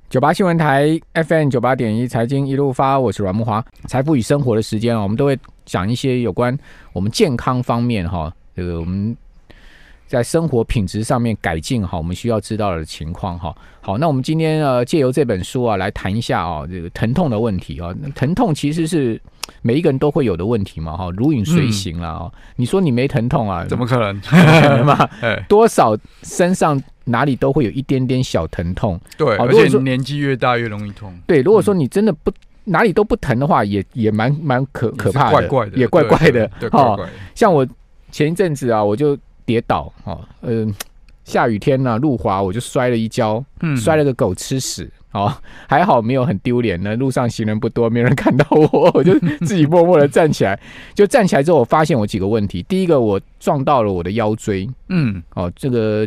98新闻台 FM 98.1财经一路发，我是阮慕骅。财富与生活的时间我们都会讲一些有关我们健康方面我们在生活品质上面改进我们需要知道的情况好，那我们今天借由这本书来谈一下这个疼痛的问题疼痛其实是每一个人都会有的问题嘛如影随形啦你说你没疼痛怎么可能？ 不可能嘛多少身上哪里都会有一点点小疼痛， 对，而且年纪越大越容易痛。 对，如果说你真的不哪里都不疼的话，也蛮可怕的， 也怪怪的， 对，怪怪的。像我前一阵子我就跌倒下雨天路滑我就摔了一跤，摔了个狗吃屎还好没有很丢脸呢，路上行人不多，没人看到我就自己默默的站起来。就站起来之后，我发现我几个问题。第一个，我撞到了我的腰椎，这个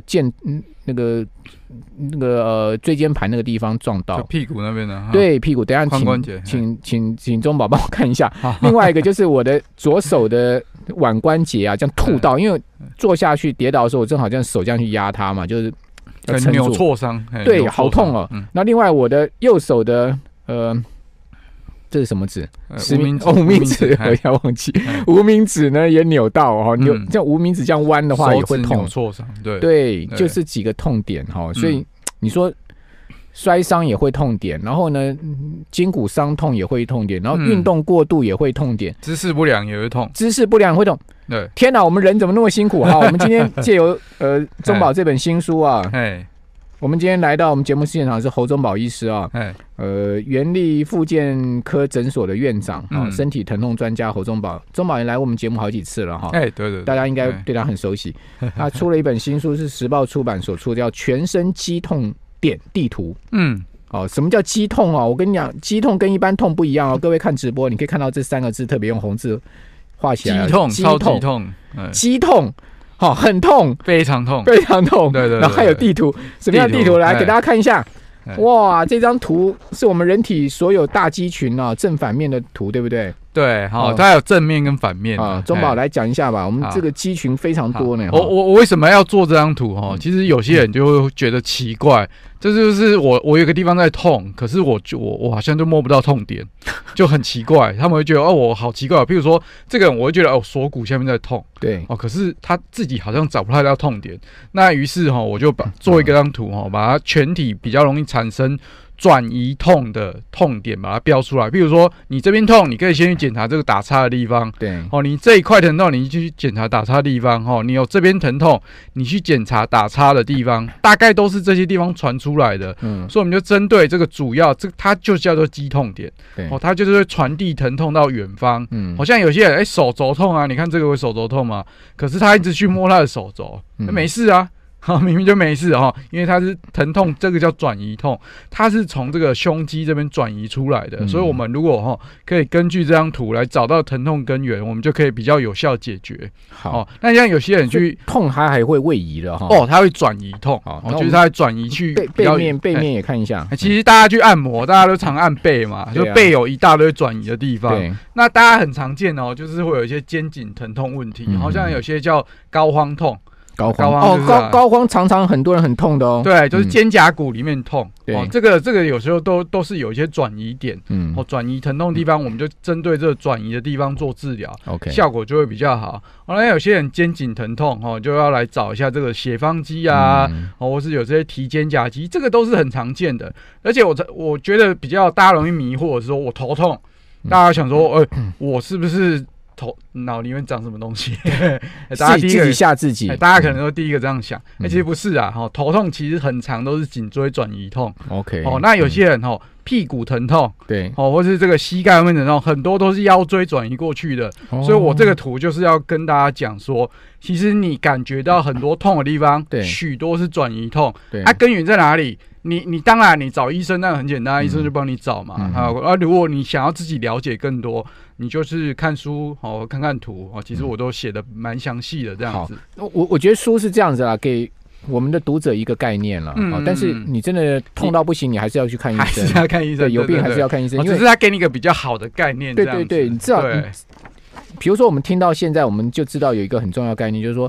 椎间盘那个地方撞到， 就屁股那边的， 对，屁股。等一下髋关节， 请中宝帮我看一下。另外一个就是我的左手的腕关节这样吐到，因为坐下去跌倒的时候，我正好这样手这样去压它嘛，就是扭挫伤， 对，好痛那另外我的右手的这是什么指？无名指，我要忘记。无名指呢也扭到这样无名指这样弯的话也会痛， 扭挫伤， 对，就是几个痛点所以你说摔伤也会痛点，然后呢筋骨伤痛也会痛点，然后运动过度也会痛点， 姿势不良也会痛， 会痛。 对， 天哪，我们人怎么那么辛苦我们今天借由中宝这本新书我们今天来到我们节目现场是侯中宝医师元力复健科诊所的院长身体疼痛专家侯中宝。中宝也来我们节目好几次了对， 大家应该对他很熟悉。他出了一本新书，是时报出版所出，叫《全身肌痛点地图》。什么叫肌痛我跟你讲，肌痛跟一般痛不一样各位看直播，你可以看到这3个字特别用红字画起来， 肌痛，超级痛， 肌痛。很痛， 非常痛， 非常痛。 对， 然后还有地图，什么样的地图？来给大家看一下。哇，这张图是我们人体所有大肌群正反面的图，对不对？ 对，它有正面跟反面中宝来讲一下吧。我们这个肌群非常多呢。 我为什么要做这张图其实有些人就会觉得奇怪，这就是我有个地方在痛，可是我好像就摸不到痛点，就很奇怪。他们会觉得我好奇怪。譬如说这个人，我会觉得锁骨下面在痛， 对可是他自己好像找不太到痛点。那于是我就做一个张图把它全体比较容易产生转移痛的痛点把它标出来。譬如说你这边痛，你可以先去检查这个打叉的地方， 对你这一块疼痛，你去检查打叉的地方你有这边疼痛，你去检查打叉的地方，大概都是这些地方传出来的。所以我们就针对这个主要，它就叫做肌痛点，它就是会传递疼痛到远方。好像有些人手肘痛你看这个会手肘痛吗？可是他一直去摸他的手肘，没事啊。明明就没事因为它是疼痛，这个叫转移痛，它是从这个胸肌这边转移出来的。所以我们如果可以根据这张图来找到疼痛根源，我们就可以比较有效解决。好，那像有些人去痛，它还会位移的它会转移痛，就是它会转移去背面也看一下。 其实大家去按摩，大家都常按背嘛，就背有一大堆转移的地方。那大家很常见就是会有一些肩颈疼痛问题，好像有些叫膏肓痛。 膏肓常常很多人很痛的对，就是肩胛骨里面痛。这个有时候都是有一些转移点，转移疼痛的地方，我们就针对这个转移的地方做治疗，效果就会比较好。那有些人肩颈疼痛就要来找一下这个斜方肌或是有这些提肩胛肌，这个都是很常见的。而且我觉得比较大家容易迷惑的是说，我头痛，大家想说，我是不是脑里面长什么东西？ 大家自己吓自己， 大家可能都第一个这样想，其实不是头痛其实很常都是颈椎转移痛。那有些人屁股疼痛， 对， 或是这个膝盖疼痛，很多都是腰椎转移过去的。所以我这个图就是要跟大家讲说，其实你感觉到很多痛的地方，许多是转移痛。根源在哪里？你当然你找医生那很简单，医生就帮你找嘛。如果你想要自己了解更多，你就是看书看看图其实我都写的蛮详细的这样子。 我觉得书是这样子啦，给我们的读者一个概念了。但是你真的痛到不行，你还是要去看医生， 还是要看医生， 有病还是要看医生，因为只是他给你一个比较好的概念。 对，你知道，比如说我们听到现在，我们就知道有一个很重要的概念，就是说，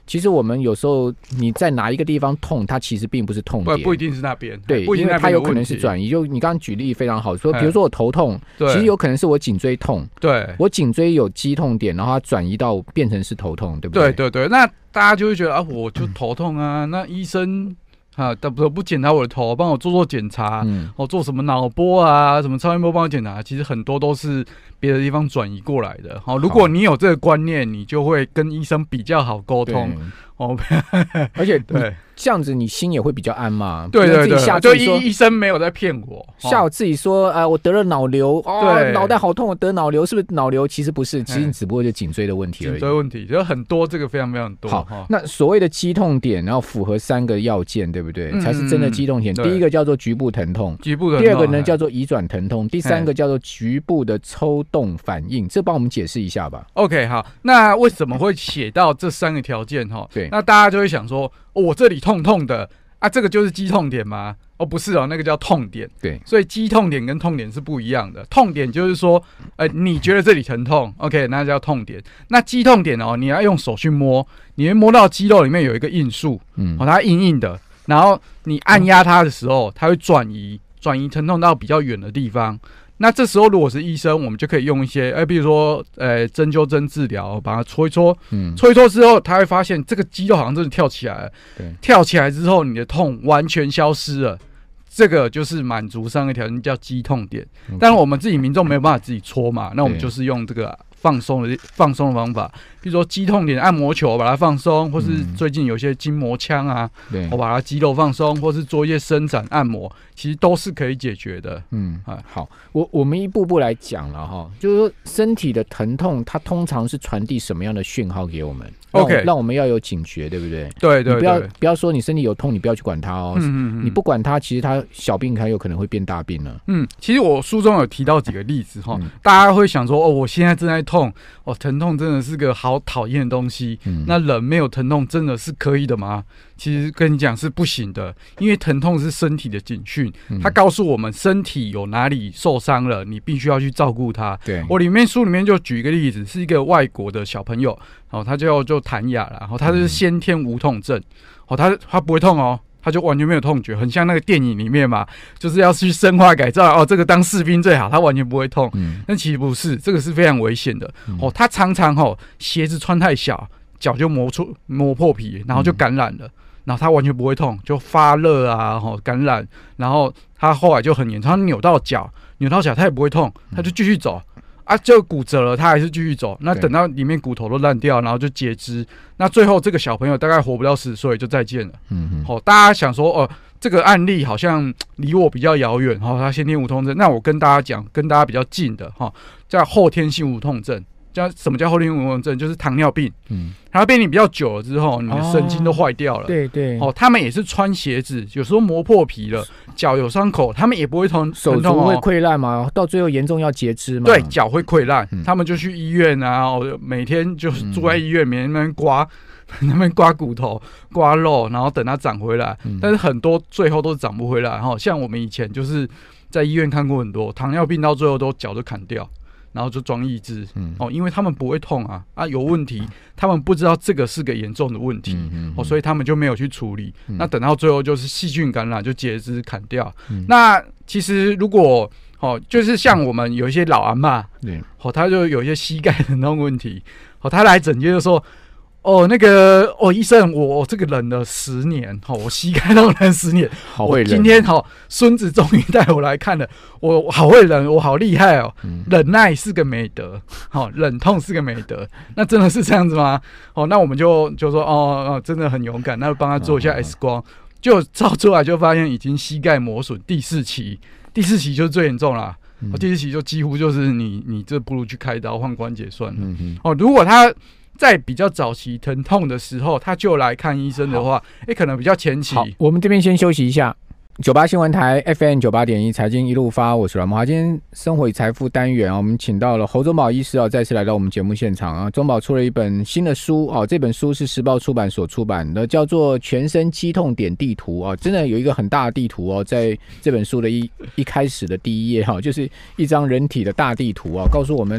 其实我们有时候你在哪一个地方痛，它其实并不是痛点， 不一定是那边， 对，因为它有可能是转移。就你刚刚举例非常好，说比如说我头痛，其实有可能是我颈椎痛， 对， 我颈椎有肌痛点，然后它转移到变成是头痛，对不对？ 对，那大家就会觉得啊，我就头痛啊，那医生。不检查我的头，帮我做检查，做什么脑波啊，什么超音波帮我检查，其实很多都是别的地方转移过来的。如果你有这个观念，你就会跟医生比较好沟通。 而且对这样子，你心也会比较安嘛。 对，就医生没有在骗我， 吓我自己说我得了脑瘤，脑袋好痛，我得脑瘤，是不是脑瘤？其实不是，其实只不过就颈椎的问题而已。 颈椎问题有很多，这个非常非常多。 好，那所谓的肌痛点，然后符合3个要件，对不对？才是真的肌痛点。第一个叫做局部疼痛，第二个呢叫做移转疼痛，第3个叫做局部的抽动反应。这帮我们解释一下吧。 OK， 好，那为什么会写到这3个条件？对，那大家就会想说，我这里痛痛的啊，这个就是肌痛点吗？不是那个叫痛点。 对， 所以肌痛点跟痛点是不一样的。痛点就是说，你觉得这里疼痛 ，OK， 那叫痛点。那肌痛点你要用手去摸，你会摸到肌肉里面有一个硬束，它硬硬的，然后你按压它的时候，它会转移疼痛到比较远的地方。那这时候如果是医生，我们就可以用一些比如说针灸针治疗，把它搓一搓，搓一搓之后，他会发现这个肌肉好像真的跳起来了。对，跳起来之后，你的痛完全消失了。这个就是满足3个条件，叫肌痛点。但是我们自己民众没有办法自己搓嘛，那我们就是用这个放松的方法，比如说肌痛点按摩球把它放松，或是最近有些筋膜枪啊，我把它肌肉放松，或是做一些伸展按摩，其实都是可以解决的。 好，我们一步步来讲了哈，就是说身体的疼痛，它通常是传递什么样的讯号给我们？OK， 让我们要有警觉，对不对？ 对， 你不要说你身体有痛，你不要去管它哦。你不管它，其实它小病它有可能会变大病了。 其实我书中有提到几个例子哈，大家会想说我现在正在痛，疼痛真的是个好讨厌的东西。那人没有疼痛真的是可以的吗？其实跟你讲是不行的，因为疼痛是身体的警讯，它告诉我们身体有哪里受伤了，你必须要去照顾它。 对， 我书里面就举一个例子，是一个外国的小朋友，他就谭雅啦，他是先天无痛症，他不会痛他就完全没有痛觉，很像那个电影里面嘛，就是要去生化改造这个当士兵最好，他完全不会痛。但其实不是，这个是非常危险的。他常常鞋子穿太小，脚就磨破皮，然后就感染了。然后他完全不会痛，就发热啊，感染，然后他后来就很严重，他扭到脚他也不会痛，他就继续走就骨折了，他还是继续走。那等到里面骨头都烂掉，然后就截肢。那最后这个小朋友大概活不到10岁就再见了。大家想说这个案例好像离我比较遥远他先天无痛症。那我跟大家讲，跟大家比较近的叫后天性无痛症。什么叫后天性无痛症？就是糖尿病。糖尿病你比较久了之后，你的神经都坏掉了。 对。 他们也是穿鞋子，有时候磨破皮了，脚有伤口，他们也不会痛。 手足会溃烂吗？到最后严重要截肢吗？ 对，脚会溃烂，他们就去医院啊，每天就是住在医院，每天那边刮骨头、刮肉，然后等它长回来。但是很多最后都长不回来。像我们以前就是在医院看过很多糖尿病，到最后都脚就砍掉。然后就装义肢，因为他们不会痛有问题，他们不知道这个是个严重的问题，所以他们就没有去处理。那等到最后就是细菌感染，就截肢砍掉。那其实如果就是像我们有一些老阿嬷，他就有一些膝盖的那种问题，他来诊间就说。医生，我这个忍了10年，我膝盖都忍10年， 好会忍。 今天孙子终于带我来看了，我好会忍，我好厉害忍耐是个美德，忍痛是个美德。那真的是这样子吗？那我们就说真的很勇敢，那就帮他做一下 X 光，就照出来就发现已经膝盖磨损第4期，第4期就是最严重啦。第4期就几乎就是你这不如去开刀换关节算了。如果他在比较早期疼痛的时候，他就来看医生的话，可能比较前期。 好，我们这边先休息一下。98新闻台 FM 98.1财经一路发，我是阮慕骅。今天生活与财富单元我们请到了侯宗保医师再次来到我们节目现场宗保出了一本新的书这本书是时报出版所出版的，叫做全身肌痛点地图真的有一个很大的地图在这本书的一开始的第一页就是一张人体的大地图告诉我们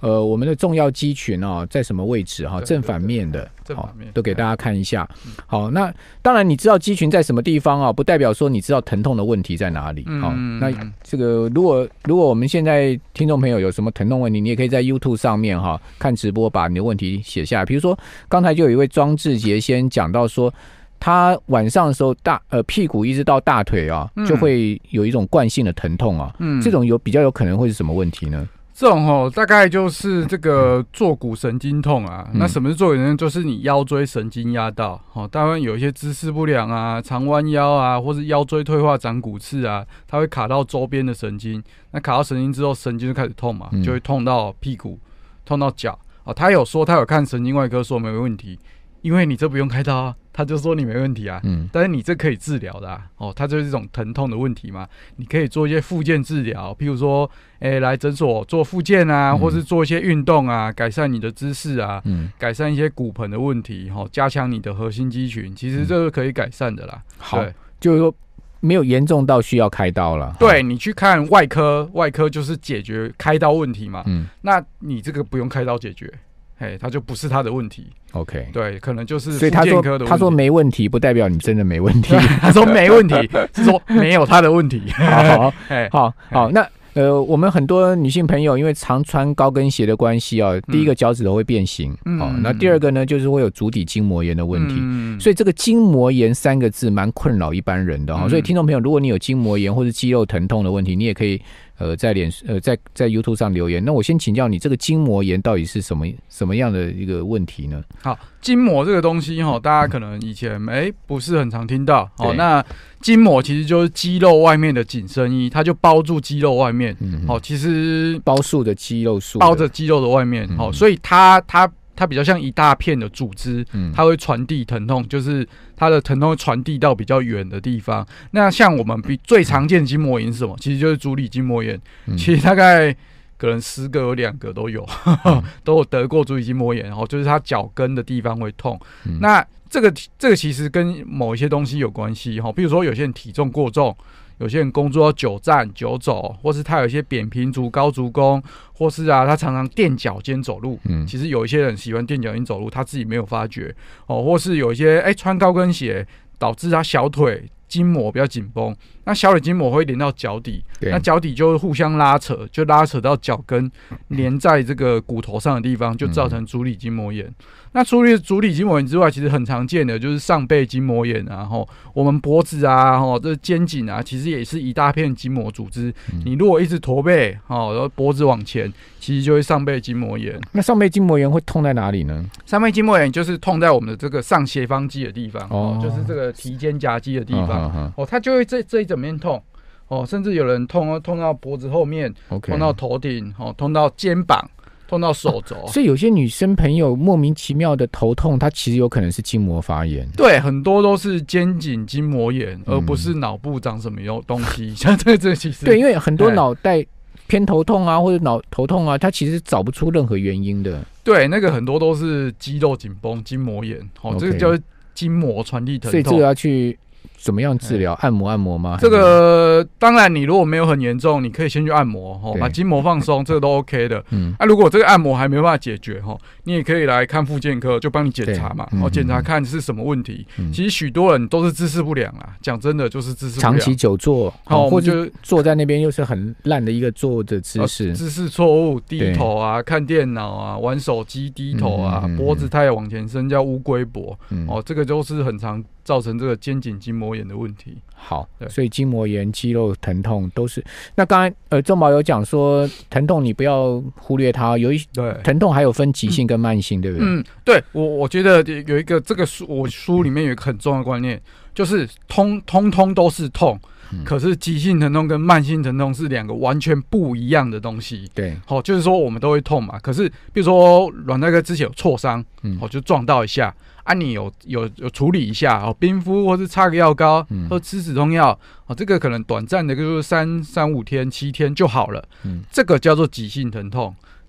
我们的重要肌群在什么位置正反面的，都给大家看一下。好，那当然你知道肌群在什么地方不代表说你知道疼痛的问题在哪里。那这个如果我们现在听众朋友有什么疼痛问题，你也可以在 YouTube 上面看直播，把你的问题写下来。比如说刚才就有一位庄志杰先讲到说，他晚上的时候屁股一直到大腿就会有一种惯性的疼痛这种比较有可能会是什么问题呢？ 这种大概就是这个坐骨神经痛啊。那什么是坐骨神经？就是你腰椎神经压到，当然有一些姿势不良啊、常弯腰啊，或是腰椎退化、长骨刺啊，它会卡到周边的神经。那卡到神经之后，神经就开始痛嘛，就会痛到屁股、痛到脚。他有说他有看神经外科，说没问题，因为你这不用开刀啊。他就说你没问题啊，但是你这可以治疗的它就是一种疼痛的问题嘛，你可以做一些复健治疗，譬如说，来诊所做复健啊，或是做一些运动啊，改善你的姿势啊，改善一些骨盆的问题，加强你的核心肌群，其实这个可以改善的啦。 好，就是说没有严重到需要开刀了。 对，你去看外科，外科就是解决开刀问题嘛，那你这个不用开刀解决。他就不是他的问题 ，OK， 对，可能就是所以他说没问题，不代表你真的没问题。 他说没问题，是说没有他的问题。 好，那我们很多女性朋友因为常穿高跟鞋的关系第一个脚趾头会变形，那第二个呢就是会有足底筋膜炎的问题，所以这个筋膜炎3个字蛮困扰一般人的所以听众朋友，如果你有筋膜炎或是肌肉疼痛的问题，你也可以在YouTube 上留言。那我先请教你，这个筋膜炎到底是什么样的一个问题呢？ 好，筋膜这个东西大家可能以前不是很常听到那筋膜其实就是肌肉外面的紧身衣，它就包住肌肉外面。其实包束的肌肉束包着肌肉的外面。所以它比较像一大片的组织，它会传递疼痛，就是它的疼痛会传递到比较远的地方。那像我们最常见的筋膜炎是什么？其实就是足底筋膜炎。其实大概可能10个有2个都有，都有得过足底筋膜炎，就是它脚跟的地方会痛。那这个其实跟某一些东西有关系，比如说有些人体重过重。有些人工作要久站久走，或是他有一些扁平足、高足弓，或是他常常垫脚尖走路。其实有一些人喜欢垫脚尖走路，他自己没有发觉或是有一些穿高跟鞋导致他小腿筋膜比较紧绷，那小腿筋膜会连到脚底，那脚底就会互相拉扯，就拉扯到脚跟连在这个骨头上的地方，就造成足底筋膜炎。那除了足底筋膜炎之外，其实很常见的就是上背筋膜炎啊，我们脖子啊，这肩颈啊，其实也是一大片筋膜组织。你如果一直驼背，然后脖子往前，其实就会上背筋膜炎。 那上背筋膜炎会痛在哪里呢？ 上背筋膜炎就是痛在我们的这个上斜方肌的地方，就是这个提肩胛肌的地方，它就会这一整面痛。甚至有人痛到脖子后面，痛到头顶，痛到肩膀。痛到手肘， 所以有些女生朋友莫名其妙的头痛，它其实有可能是筋膜发炎。 对，很多都是肩颈筋膜炎，而不是脑部长什么东西。像这其实对，因为很多脑袋偏头痛啊，或者脑头痛啊，它其实找不出任何原因的。 对，那个很多都是肌肉紧绷、筋膜炎。这个叫筋膜传递疼痛。 所以这个要去怎么样治疗？按摩吗？ 这个当然，你如果没有很严重，你可以先去按摩，把筋膜放松，这个都 OK 的。如果这个按摩还没办法解决，你也可以来看复健科，就帮你检查嘛，检查看是什么问题。其实许多人都是姿势不良啊，讲真的就是姿势不良， 长期久坐，或者坐在那边又是很烂的一个坐的姿势， 姿势错误，低头啊，看电脑啊，玩手机低头啊，脖子太往前伸叫乌龟脖，这个都是很常造成这个肩颈筋膜炎的问题。 好，所以筋膜炎、肌肉疼痛都是。那刚才仲宝有讲说，疼痛你不要忽略它，有一疼痛还有分急性跟慢性，对不对？ 对，我觉得有一个这个我书里面有一个很重要的观念，就是通都是痛。可是急性疼痛跟慢性疼痛是2个完全不一样的东西。 对， 就是说我们都会痛嘛。可是比如说阮大哥之前有挫伤，就撞到一下啊，你有处理一下，冰敷或是擦个药膏，或吃止痛药，这个可能短暂的就是3-5天、7天就好了。这个叫做急性疼痛。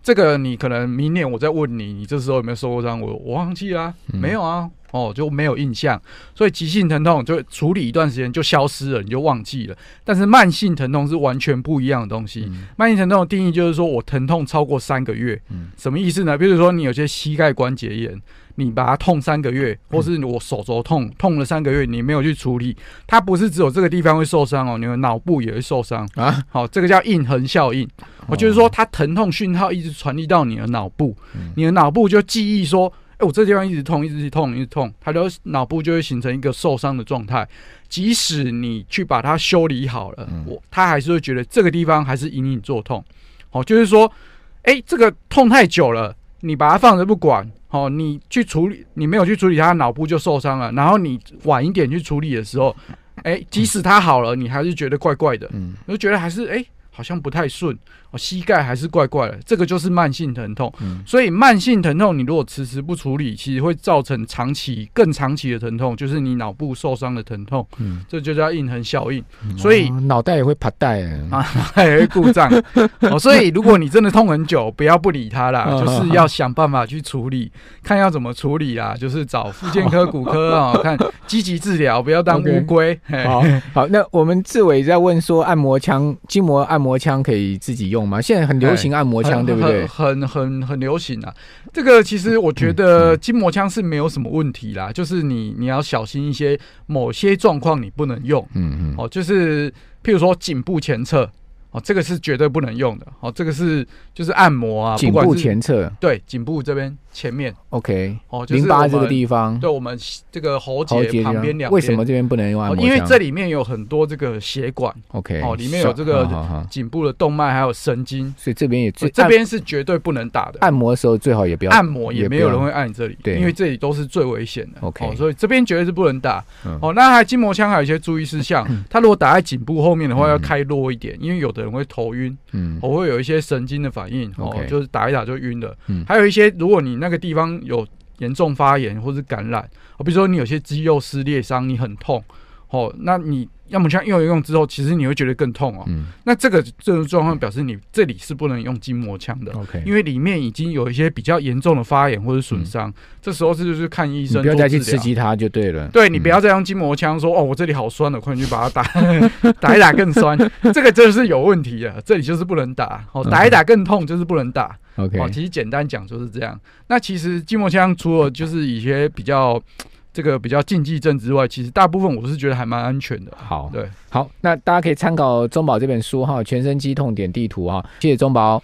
这个你可能明年我再问你，你这时候有没有受过伤？我忘记啦，没有啊。就没有印象，所以急性疼痛就处理一段时间就消失了，你就忘记了。但是慢性疼痛是完全不一样的东西。慢性疼痛的定义就是说我疼痛超过3个月，什么意思呢？比如说你有些膝盖关节炎，你把它痛3个月，或是我手肘痛了3个月，你没有去处理，它不是只有这个地方会受伤哦，你的脑部也会受伤啊。好，这个叫印痕效应。就是说它疼痛讯号一直传递到你的脑部，你的脑部就记忆说。我这地方一直痛，一直痛，一直痛，它的脑部就会形成一个受伤的状态。即使你去把它修理好了，它还是会觉得这个地方还是隐隐作痛。就是说，这个痛太久了，你把它放着不管，你去处理，你没有去处理它，脑部就受伤了。然后你晚一点去处理的时候，即使它好了，你还是觉得怪怪的，就觉得还是好像不太顺，膝盖还是怪怪的，这个就是慢性疼痛。所以慢性疼痛你如果迟迟不处理，其实会造成更长期的疼痛，就是你脑部受伤的疼痛。这就叫印痕效应。所以脑袋也会啪带脑袋也会故障。所以如果你真的痛很久，不要不理它啦，就是要想办法去处理，看要怎么处理啦，就是找复健科、骨科看积极治疗，不要当乌龟。 好，那我们志伟在问说，按摩枪、筋膜按摩枪可以自己用吗？现在很流行按摩枪，对不对？ 很流行啊。这个其实我觉得筋膜枪是没有什么问题啦，就是你要小心一些，某些状况你不能用。就是譬如说颈部前侧。这个是绝对不能用的。这个就是按摩啊， 颈部前侧， 对，颈部这边前面 ，OK， 就是淋巴这个地方， 对，我们这个喉结旁边两边， 为什么这边不能用按摩枪？ 因为这里面有很多这个血管 ，OK， 里面有这个颈部的动脉还有神经， 所以这边这边是绝对不能打的。 按摩的时候最好也不要按摩，也没有人会按你这里， 对， 因为这里都是最危险的。 OK， 所以这边绝对是不能打。那筋膜枪还有一些注意事项，它如果打在颈部后面的话，要开弱一点，因为有的人会头晕。我会有一些神经的反应，就是打一打就晕了。还有一些，如果你那个地方有严重发炎或是感染，比如说你有些肌肉撕裂伤，你很痛，那你要么像用一用之后，其实你会觉得更痛那这种状况表示你这里是不能用筋膜枪的，因为里面已经有一些比较严重的发炎或者损伤，这时候就是看医生， 你不要再去刺激它就对了。 对，你不要再用筋膜枪说我这里好酸了，快点去把它打一打更酸，这个真的是有问题的，这里就是不能打，打一打更痛就是不能打。其实简单讲就是这样。那其实筋膜枪除了就是一些比较禁忌症之外，其实大部分我是觉得还蛮安全的。 好，那大家可以参考中宝这本书全身肌痛点地图谢谢中宝。